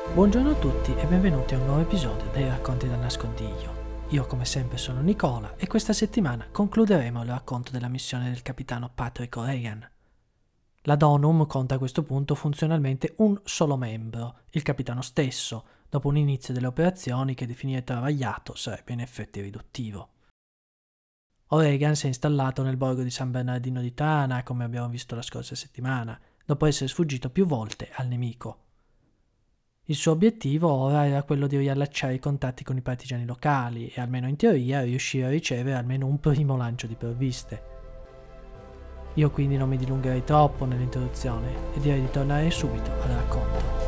Buongiorno a tutti e benvenuti a un nuovo episodio dei Racconti dal Nascondiglio. Io come sempre sono Nicola e questa settimana concluderemo il racconto della missione del capitano Patrick O'Regan. La Donum conta a questo punto funzionalmente un solo membro, il capitano stesso, dopo un inizio delle operazioni che definire travagliato sarebbe in effetti riduttivo. O'Regan si è installato nel borgo di San Bernardino di Trana, come abbiamo visto la scorsa settimana, dopo essere sfuggito più volte al nemico. Il suo obiettivo ora era quello di riallacciare i contatti con i partigiani locali e, almeno in teoria, riuscire a ricevere almeno un primo lancio di provviste. Io quindi non mi dilungherei troppo nell'introduzione e direi di tornare subito al racconto.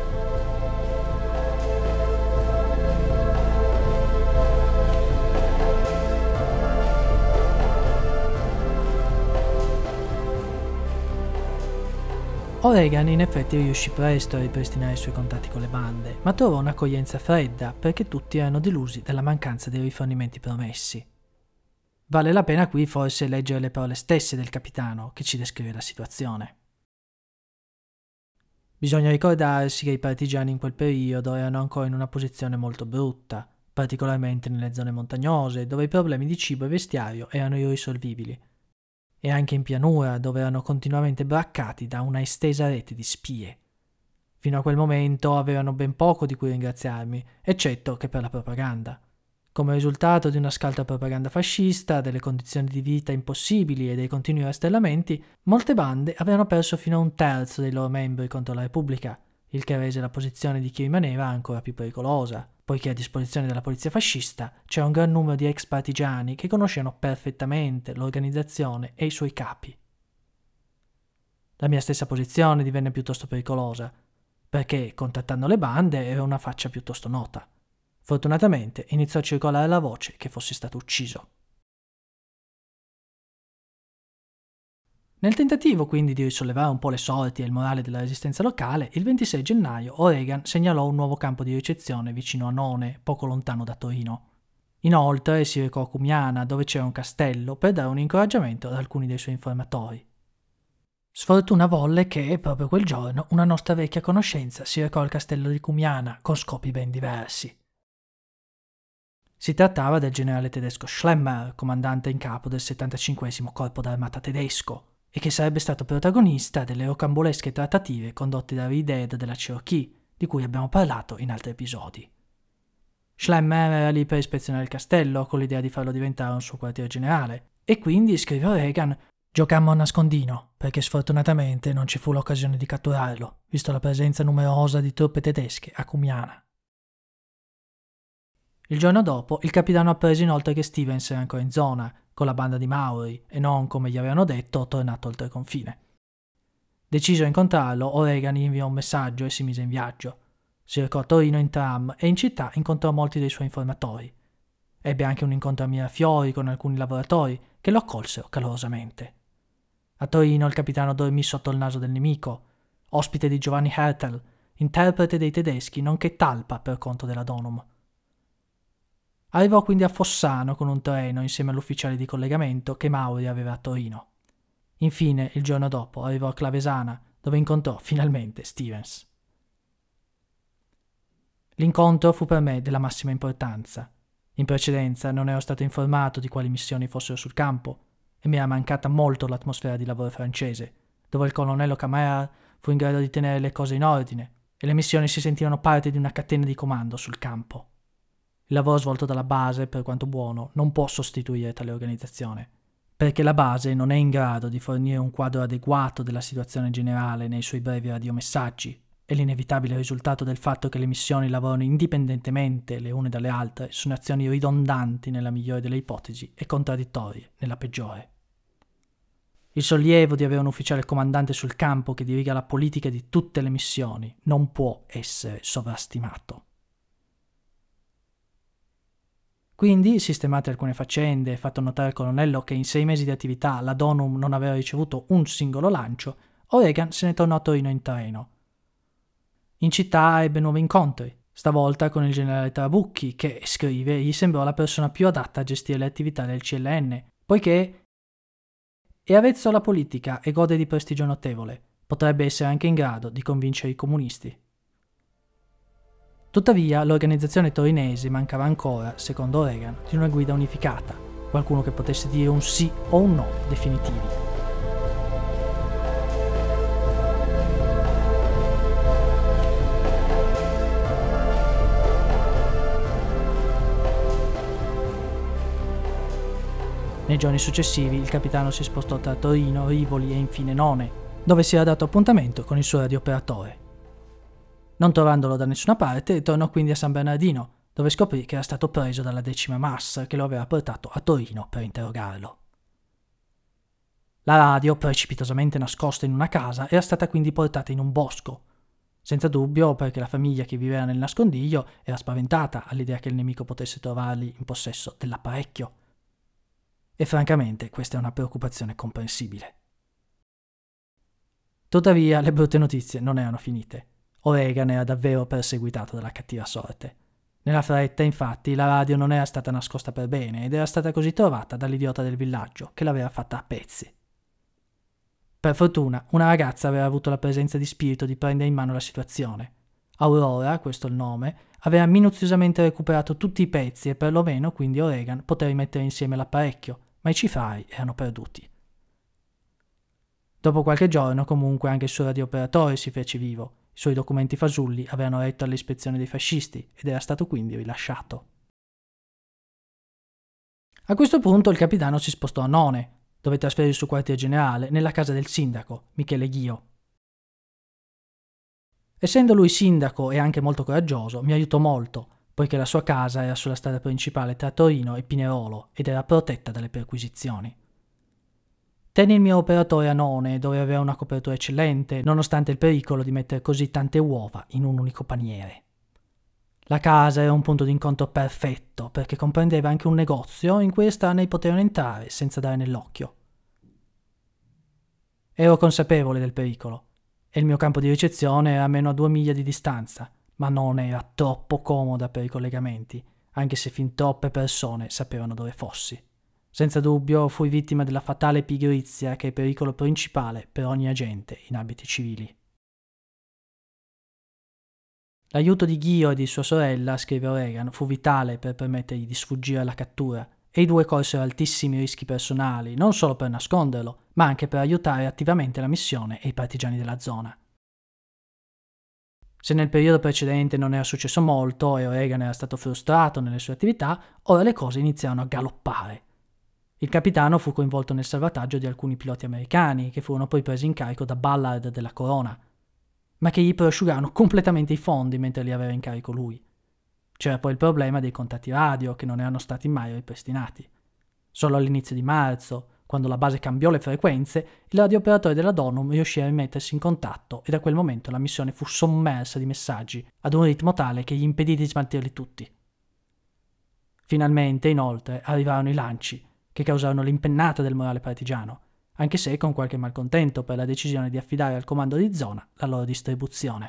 O'Regan in effetti riuscì presto a ripristinare i suoi contatti con le bande, ma trovò un'accoglienza fredda perché tutti erano delusi dalla mancanza dei rifornimenti promessi. Vale la pena qui forse leggere le parole stesse del capitano che ci descrive la situazione. Bisogna ricordarsi che i partigiani in quel periodo erano ancora in una posizione molto brutta, particolarmente nelle zone montagnose dove i problemi di cibo e vestiario erano irrisolvibili. E anche in pianura, dove erano continuamente braccati da una estesa rete di spie. Fino a quel momento avevano ben poco di cui ringraziarmi, eccetto che per la propaganda. Come risultato di una scaltra propaganda fascista, delle condizioni di vita impossibili e dei continui rastrellamenti, molte bande avevano perso fino a un terzo dei loro membri contro la Repubblica, il che rese la posizione di chi rimaneva ancora più pericolosa, poiché a disposizione della polizia fascista c'era un gran numero di ex partigiani che conoscevano perfettamente l'organizzazione e i suoi capi. La mia stessa posizione divenne piuttosto pericolosa, perché contattando le bande ero una faccia piuttosto nota. Fortunatamente iniziò a circolare la voce che fossi stato ucciso. Nel tentativo quindi di risollevare un po' le sorti e il morale della resistenza locale, il 26 gennaio O'Regan segnalò un nuovo campo di ricezione vicino a None, poco lontano da Torino. Inoltre si recò a Cumiana, dove c'era un castello, per dare un incoraggiamento ad alcuni dei suoi informatori. Sfortuna volle che, proprio quel giorno, una nostra vecchia conoscenza si recò al castello di Cumiana con scopi ben diversi. Si trattava del generale tedesco Schlemmer, comandante in capo del 75° Corpo d'Armata tedesco, e che sarebbe stato protagonista delle rocambolesche trattative condotte da Reed della Cherokee, di cui abbiamo parlato in altri episodi. Schlemmer era lì per ispezionare il castello, con l'idea di farlo diventare un suo quartier generale, e quindi, scrive O'Regan, giocammo a nascondino, perché sfortunatamente non ci fu l'occasione di catturarlo, visto la presenza numerosa di truppe tedesche a Cumiana. Il giorno dopo, il capitano apprese inoltre che Stevens era ancora in zona, con la banda di Mauri, e non, come gli avevano detto, tornato oltre confine. Deciso a incontrarlo, O'Regan gli inviò un messaggio e si mise in viaggio. Si recò a Torino in tram e in città incontrò molti dei suoi informatori. Ebbe anche un incontro a Mirafiori con alcuni lavoratori che lo accolsero calorosamente. A Torino il capitano dormì sotto il naso del nemico, ospite di Giovanni Hertel, interprete dei tedeschi nonché talpa per conto della Donum. Arrivò quindi a Fossano con un treno insieme all'ufficiale di collegamento che Mauri aveva a Torino. Infine, il giorno dopo, arrivò a Clavesana, dove incontrò finalmente Stevens. L'incontro fu per me della massima importanza. In precedenza non ero stato informato di quali missioni fossero sul campo e mi era mancata molto l'atmosfera di lavoro francese, dove il colonnello Camarade fu in grado di tenere le cose in ordine e le missioni si sentivano parte di una catena di comando sul campo. Il lavoro svolto dalla base, per quanto buono, non può sostituire tale organizzazione, perché la base non è in grado di fornire un quadro adeguato della situazione generale nei suoi brevi radiomessaggi, e l'inevitabile risultato del fatto che le missioni lavorano indipendentemente le une dalle altre sono azioni ridondanti nella migliore delle ipotesi e contraddittorie nella peggiore. Il sollievo di avere un ufficiale comandante sul campo che diriga la politica di tutte le missioni non può essere sovrastimato. Quindi, sistemate alcune faccende e fatto notare al colonnello che in 6 mesi di attività la Donum non aveva ricevuto un singolo lancio, O'Regan se ne tornò a Torino in treno. In città ebbe nuovi incontri, stavolta con il generale Trabucchi che, scrive, gli sembrò la persona più adatta a gestire le attività del CLN, poiché è avvezzo alla politica e gode di prestigio notevole. Potrebbe essere anche in grado di convincere i comunisti. Tuttavia, l'organizzazione torinese mancava ancora, secondo Reagan, di una guida unificata, qualcuno che potesse dire un sì o un no definitivi. Nei giorni successivi il capitano si spostò tra Torino, Rivoli e infine None, dove si era dato appuntamento con il suo radiooperatore. Non trovandolo da nessuna parte, tornò quindi a San Bernardino, dove scoprì che era stato preso dalla 10ª MAS che lo aveva portato a Torino per interrogarlo. La radio, precipitosamente nascosta in una casa, era stata quindi portata in un bosco, senza dubbio perché la famiglia che viveva nel nascondiglio era spaventata all'idea che il nemico potesse trovarli in possesso dell'apparecchio. E francamente questa è una preoccupazione comprensibile. Tuttavia le brutte notizie non erano finite. Reagan era davvero perseguitato dalla cattiva sorte. Nella fretta, infatti, la radio non era stata nascosta per bene ed era stata così trovata dall'idiota del villaggio che l'aveva fatta a pezzi. Per fortuna, una ragazza aveva avuto la presenza di spirito di prendere in mano la situazione. Aurora, questo è il nome, aveva minuziosamente recuperato tutti i pezzi e perlomeno quindi Reagan poté rimettere insieme l'apparecchio, ma i cifrai erano perduti. Dopo qualche giorno, comunque, anche il suo radiooperatore si fece vivo. I suoi documenti fasulli avevano retto all'ispezione dei fascisti ed era stato quindi rilasciato. A questo punto il capitano si spostò a None, dove trasferì il suo quartier generale nella casa del sindaco, Michele Ghio. Essendo lui sindaco e anche molto coraggioso, mi aiutò molto, poiché la sua casa era sulla strada principale tra Torino e Pinerolo ed era protetta dalle perquisizioni. Tenni il mio operatore a None, dove aveva una copertura eccellente, nonostante il pericolo di mettere così tante uova in un unico paniere. La casa era un punto d'incontro perfetto, perché comprendeva anche un negozio in cui estranei potevano entrare senza dare nell'occhio. Ero consapevole del pericolo, e il mio campo di ricezione era almeno a 2 miglia di distanza, ma non era troppo comoda per i collegamenti, anche se fin troppe persone sapevano dove fossi. Senza dubbio fui vittima della fatale pigrizia che è il pericolo principale per ogni agente in abiti civili. L'aiuto di Ghio e di sua sorella, scrive Reagan, fu vitale per permettergli di sfuggire alla cattura e i due corsero altissimi rischi personali, non solo per nasconderlo, ma anche per aiutare attivamente la missione e i partigiani della zona. Se nel periodo precedente non era successo molto e Reagan era stato frustrato nelle sue attività, ora le cose iniziarono a galoppare. Il capitano fu coinvolto nel salvataggio di alcuni piloti americani che furono poi presi in carico da Ballard della Corona, ma che gli prosciugarono completamente i fondi mentre li aveva in carico lui. C'era poi il problema dei contatti radio che non erano stati mai ripristinati. Solo all'inizio di marzo, quando la base cambiò le frequenze, il radiooperatore della Donum riuscì a rimettersi in contatto e da quel momento la missione fu sommersa di messaggi ad un ritmo tale che gli impedì di smaltirli tutti. Finalmente, inoltre, arrivarono i lanci, che causarono l'impennata del morale partigiano, anche se con qualche malcontento per la decisione di affidare al comando di zona la loro distribuzione.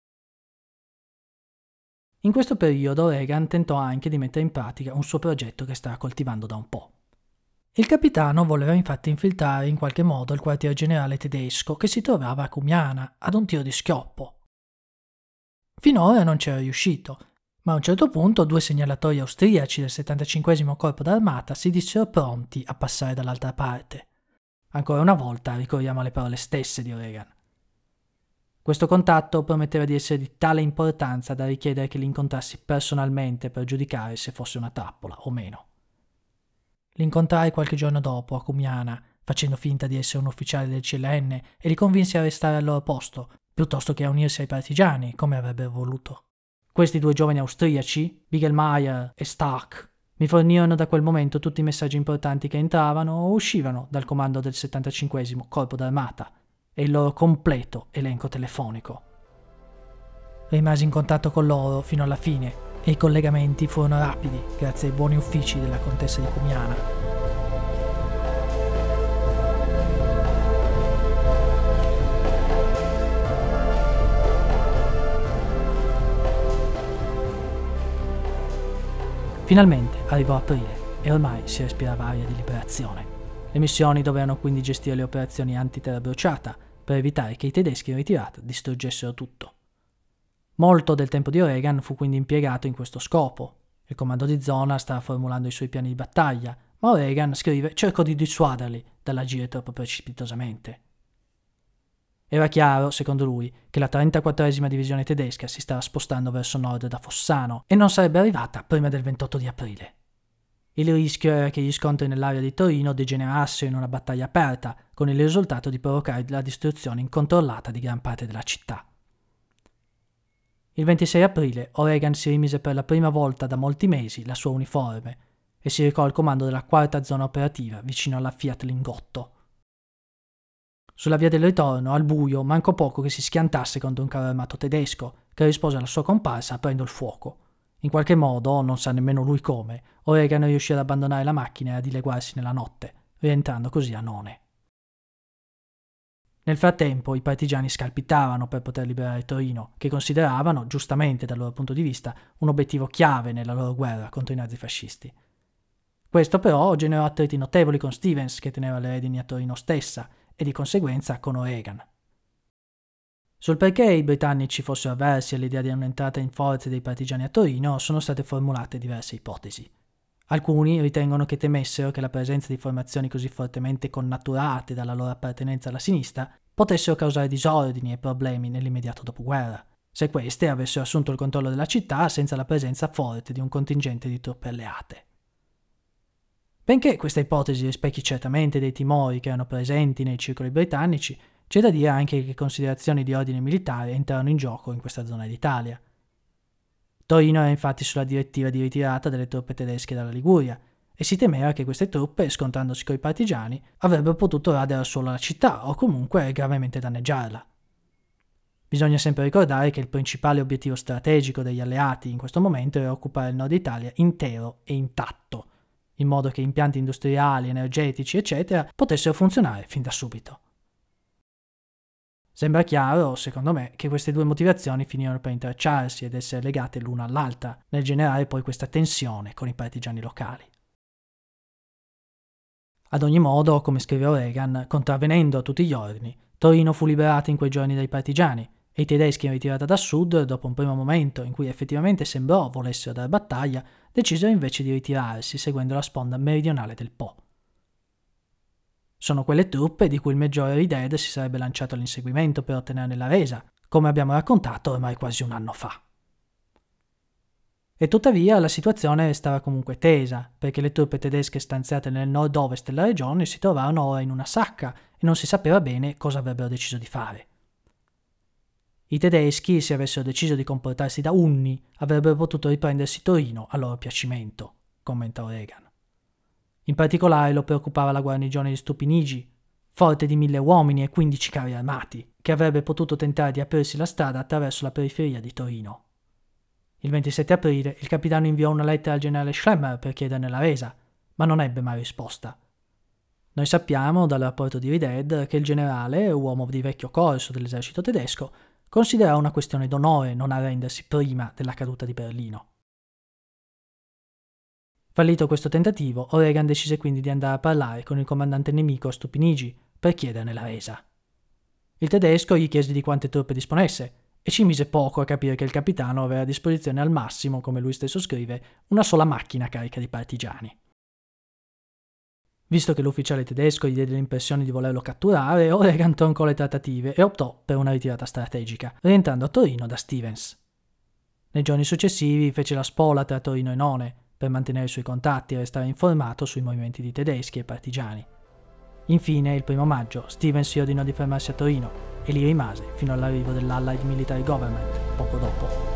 In questo periodo Reagan tentò anche di mettere in pratica un suo progetto che stava coltivando da un po'. Il capitano voleva infatti infiltrare in qualche modo il quartier generale tedesco che si trovava a Cumiana, ad un tiro di schioppo. Finora non c'era riuscito, ma a un certo punto 2 segnalatori austriaci del 75° Corpo d'Armata si dissero pronti a passare dall'altra parte. Ancora una volta ricorriamo alle parole stesse di Reagan. Questo contatto prometteva di essere di tale importanza da richiedere che li incontrassi personalmente per giudicare se fosse una trappola o meno. L'incontrai qualche giorno dopo a Cumiana, facendo finta di essere un ufficiale del CLN, e li convinsi a restare al loro posto, piuttosto che a unirsi ai partigiani, come avrebbero voluto. Questi 2 giovani austriaci, Bigelmeier e Stark, mi fornirono da quel momento tutti i messaggi importanti che entravano o uscivano dal comando del 75° Corpo d'Armata e il loro completo elenco telefonico. Rimasi in contatto con loro fino alla fine e i collegamenti furono rapidi grazie ai buoni uffici della contessa di Cumiana. Finalmente arrivò aprile e ormai si respirava aria di liberazione. Le missioni dovevano quindi gestire le operazioni antiterra bruciata per evitare che i tedeschi in ritirata distruggessero tutto. Molto del tempo di O'Regan fu quindi impiegato in questo scopo. Il comando di zona stava formulando i suoi piani di battaglia, ma O'Regan, scrive, cercò di dissuaderli dall'agire troppo precipitosamente. Era chiaro, secondo lui, che la 34esima divisione tedesca si stava spostando verso nord da Fossano e non sarebbe arrivata prima del 28 di aprile. Il rischio era che gli scontri nell'area di Torino degenerassero in una battaglia aperta, con il risultato di provocare la distruzione incontrollata di gran parte della città. Il 26 aprile O'Regan si rimise per la prima volta da molti mesi la sua uniforme e si recò al comando della quarta zona operativa vicino alla Fiat Lingotto. Sulla via del ritorno, al buio, mancò poco che si schiantasse contro un carro armato tedesco, che rispose alla sua comparsa aprendo il fuoco. In qualche modo, non sa nemmeno lui come, O'Regan riuscì ad abbandonare la macchina e a dileguarsi nella notte, rientrando così a None. Nel frattempo i partigiani scalpitavano per poter liberare Torino, che consideravano, giustamente dal loro punto di vista, un obiettivo chiave nella loro guerra contro i nazifascisti. Questo però generò attriti notevoli con Stevens, che teneva le redini a Torino stessa, e di conseguenza con O'Regan. Sul perché i britannici fossero avversi all'idea di un'entrata in forze dei partigiani a Torino sono state formulate diverse ipotesi. Alcuni ritengono che temessero che la presenza di formazioni così fortemente connaturate dalla loro appartenenza alla sinistra potessero causare disordini e problemi nell'immediato dopoguerra, se queste avessero assunto il controllo della città senza la presenza forte di un contingente di truppe alleate. Benché questa ipotesi rispecchi certamente dei timori che erano presenti nei circoli britannici, c'è da dire anche che considerazioni di ordine militare entrarono in gioco in questa zona d'Italia. Torino era infatti sulla direttiva di ritirata delle truppe tedesche dalla Liguria e si temeva che queste truppe, scontrandosi coi partigiani, avrebbero potuto radere solo la città o comunque gravemente danneggiarla. Bisogna sempre ricordare che il principale obiettivo strategico degli alleati in questo momento era occupare il nord Italia intero e intatto, in modo che impianti industriali, energetici, eccetera, potessero funzionare fin da subito. Sembra chiaro, secondo me, che queste due motivazioni finirono per intrecciarsi ed essere legate l'una all'altra, nel generare poi questa tensione con i partigiani locali. Ad ogni modo, come scrive O'Regan, contravvenendo a tutti gli ordini, Torino fu liberata in quei giorni dai partigiani e i tedeschi in ritirata da sud, dopo un primo momento in cui effettivamente sembrò volessero dar battaglia, decisero invece di ritirarsi seguendo la sponda meridionale del Po. Sono quelle truppe di cui il maggiore Reid si sarebbe lanciato all'inseguimento per ottenerne la resa, come abbiamo raccontato ormai quasi un anno fa. E tuttavia la situazione restava comunque tesa, perché le truppe tedesche stanziate nel nord-ovest della regione si trovarono ora in una sacca e non si sapeva bene cosa avrebbero deciso di fare. I tedeschi, se avessero deciso di comportarsi da unni, avrebbero potuto riprendersi Torino a loro piacimento, commenta O'Regan. In particolare lo preoccupava la guarnigione di Stupinigi, forte di 1000 uomini e 15 carri armati, che avrebbe potuto tentare di aprirsi la strada attraverso la periferia di Torino. Il 27 aprile il capitano inviò una lettera al generale Schlemmer per chiederne la resa, ma non ebbe mai risposta. Noi sappiamo dal rapporto di Reid che il generale, uomo di vecchio corso dell'esercito tedesco, considerò una questione d'onore non arrendersi prima della caduta di Berlino. Fallito questo tentativo, O'Regan decise quindi di andare a parlare con il comandante nemico a Stupinigi per chiederne la resa. Il tedesco gli chiese di quante truppe disponesse e ci mise poco a capire che il capitano aveva a disposizione al massimo, come lui stesso scrive, una sola macchina carica di partigiani. Visto che l'ufficiale tedesco gli diede l'impressione di volerlo catturare, O'Regan troncò le trattative e optò per una ritirata strategica, rientrando a Torino da Stevens. Nei giorni successivi fece la spola tra Torino e None, per mantenere i suoi contatti e restare informato sui movimenti di tedeschi e partigiani. Infine, il 1 maggio, Stevens gli ordinò di fermarsi a Torino e lì rimase fino all'arrivo dell'Allied Military Government poco dopo.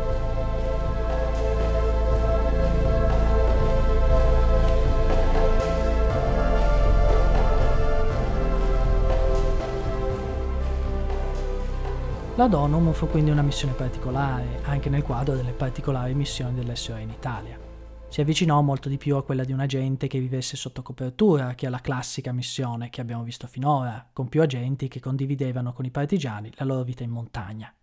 La Donum fu quindi una missione particolare, anche nel quadro delle particolari missioni dell'SOE in Italia. Si avvicinò molto di più a quella di un agente che vivesse sotto copertura che alla classica missione che abbiamo visto finora, con più agenti che condividevano con i partigiani la loro vita in montagna.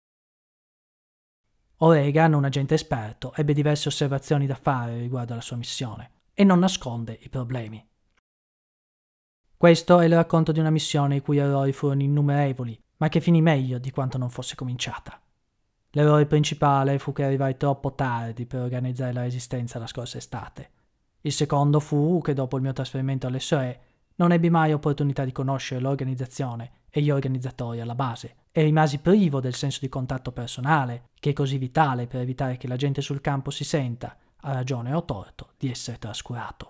O'Regan, un agente esperto, ebbe diverse osservazioni da fare riguardo alla sua missione e non nasconde i problemi. Questo è il racconto di una missione i cui errori furono innumerevoli, ma che finì meglio di quanto non fosse cominciata. L'errore principale fu che arrivai troppo tardi per organizzare la resistenza la scorsa estate. Il secondo fu che dopo il mio trasferimento all'SOE non ebbi mai opportunità di conoscere l'organizzazione e gli organizzatori alla base e rimasi privo del senso di contatto personale, che è così vitale per evitare che la gente sul campo si senta, a ragione o torto, di essere trascurato.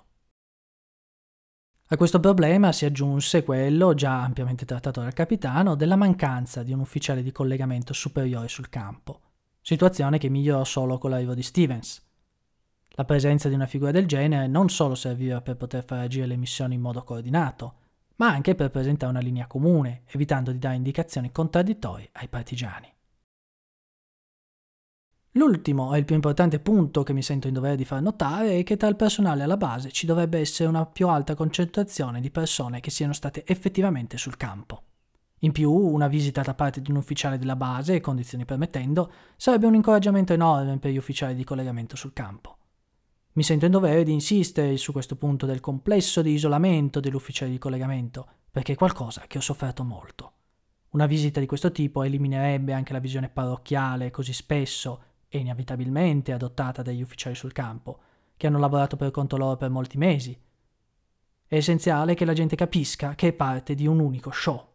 A questo problema si aggiunse quello, già ampiamente trattato dal capitano, della mancanza di un ufficiale di collegamento superiore sul campo, situazione che migliorò solo con l'arrivo di Stevens. La presenza di una figura del genere non solo serviva per poter far agire le missioni in modo coordinato, ma anche per presentare una linea comune, evitando di dare indicazioni contraddittorie ai partigiani. L'ultimo e il più importante punto che mi sento in dovere di far notare è che tra il personale alla base ci dovrebbe essere una più alta concentrazione di persone che siano state effettivamente sul campo. In più, una visita da parte di un ufficiale della base, condizioni permettendo, sarebbe un incoraggiamento enorme per gli ufficiali di collegamento sul campo. Mi sento in dovere di insistere su questo punto del complesso di isolamento dell'ufficiale di collegamento, perché è qualcosa che ho sofferto molto. Una visita di questo tipo eliminerebbe anche la visione parrocchiale così spesso e inevitabilmente adottata dagli ufficiali sul campo, che hanno lavorato per conto loro per molti mesi. È essenziale che la gente capisca che è parte di un unico show.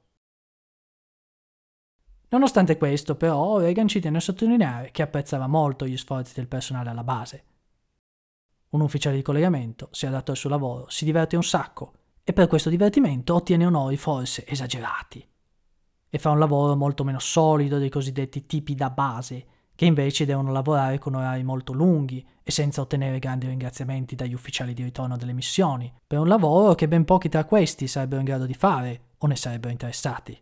Nonostante questo, però, Reagan ci tiene a sottolineare che apprezzava molto gli sforzi del personale alla base. Un ufficiale di collegamento, se adatto al suo lavoro, si diverte un sacco e per questo divertimento ottiene onori forse esagerati. E fa un lavoro molto meno solido dei cosiddetti tipi da base, che invece devono lavorare con orari molto lunghi e senza ottenere grandi ringraziamenti dagli ufficiali di ritorno delle missioni, per un lavoro che ben pochi tra questi sarebbero in grado di fare o ne sarebbero interessati.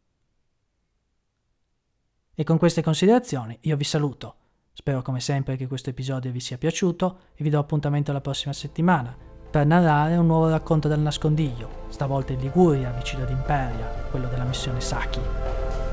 E con queste considerazioni io vi saluto. Spero come sempre che questo episodio vi sia piaciuto e vi do appuntamento la prossima settimana per narrare un nuovo racconto del nascondiglio, stavolta in Liguria, vicino ad Imperia, quello della missione Saki.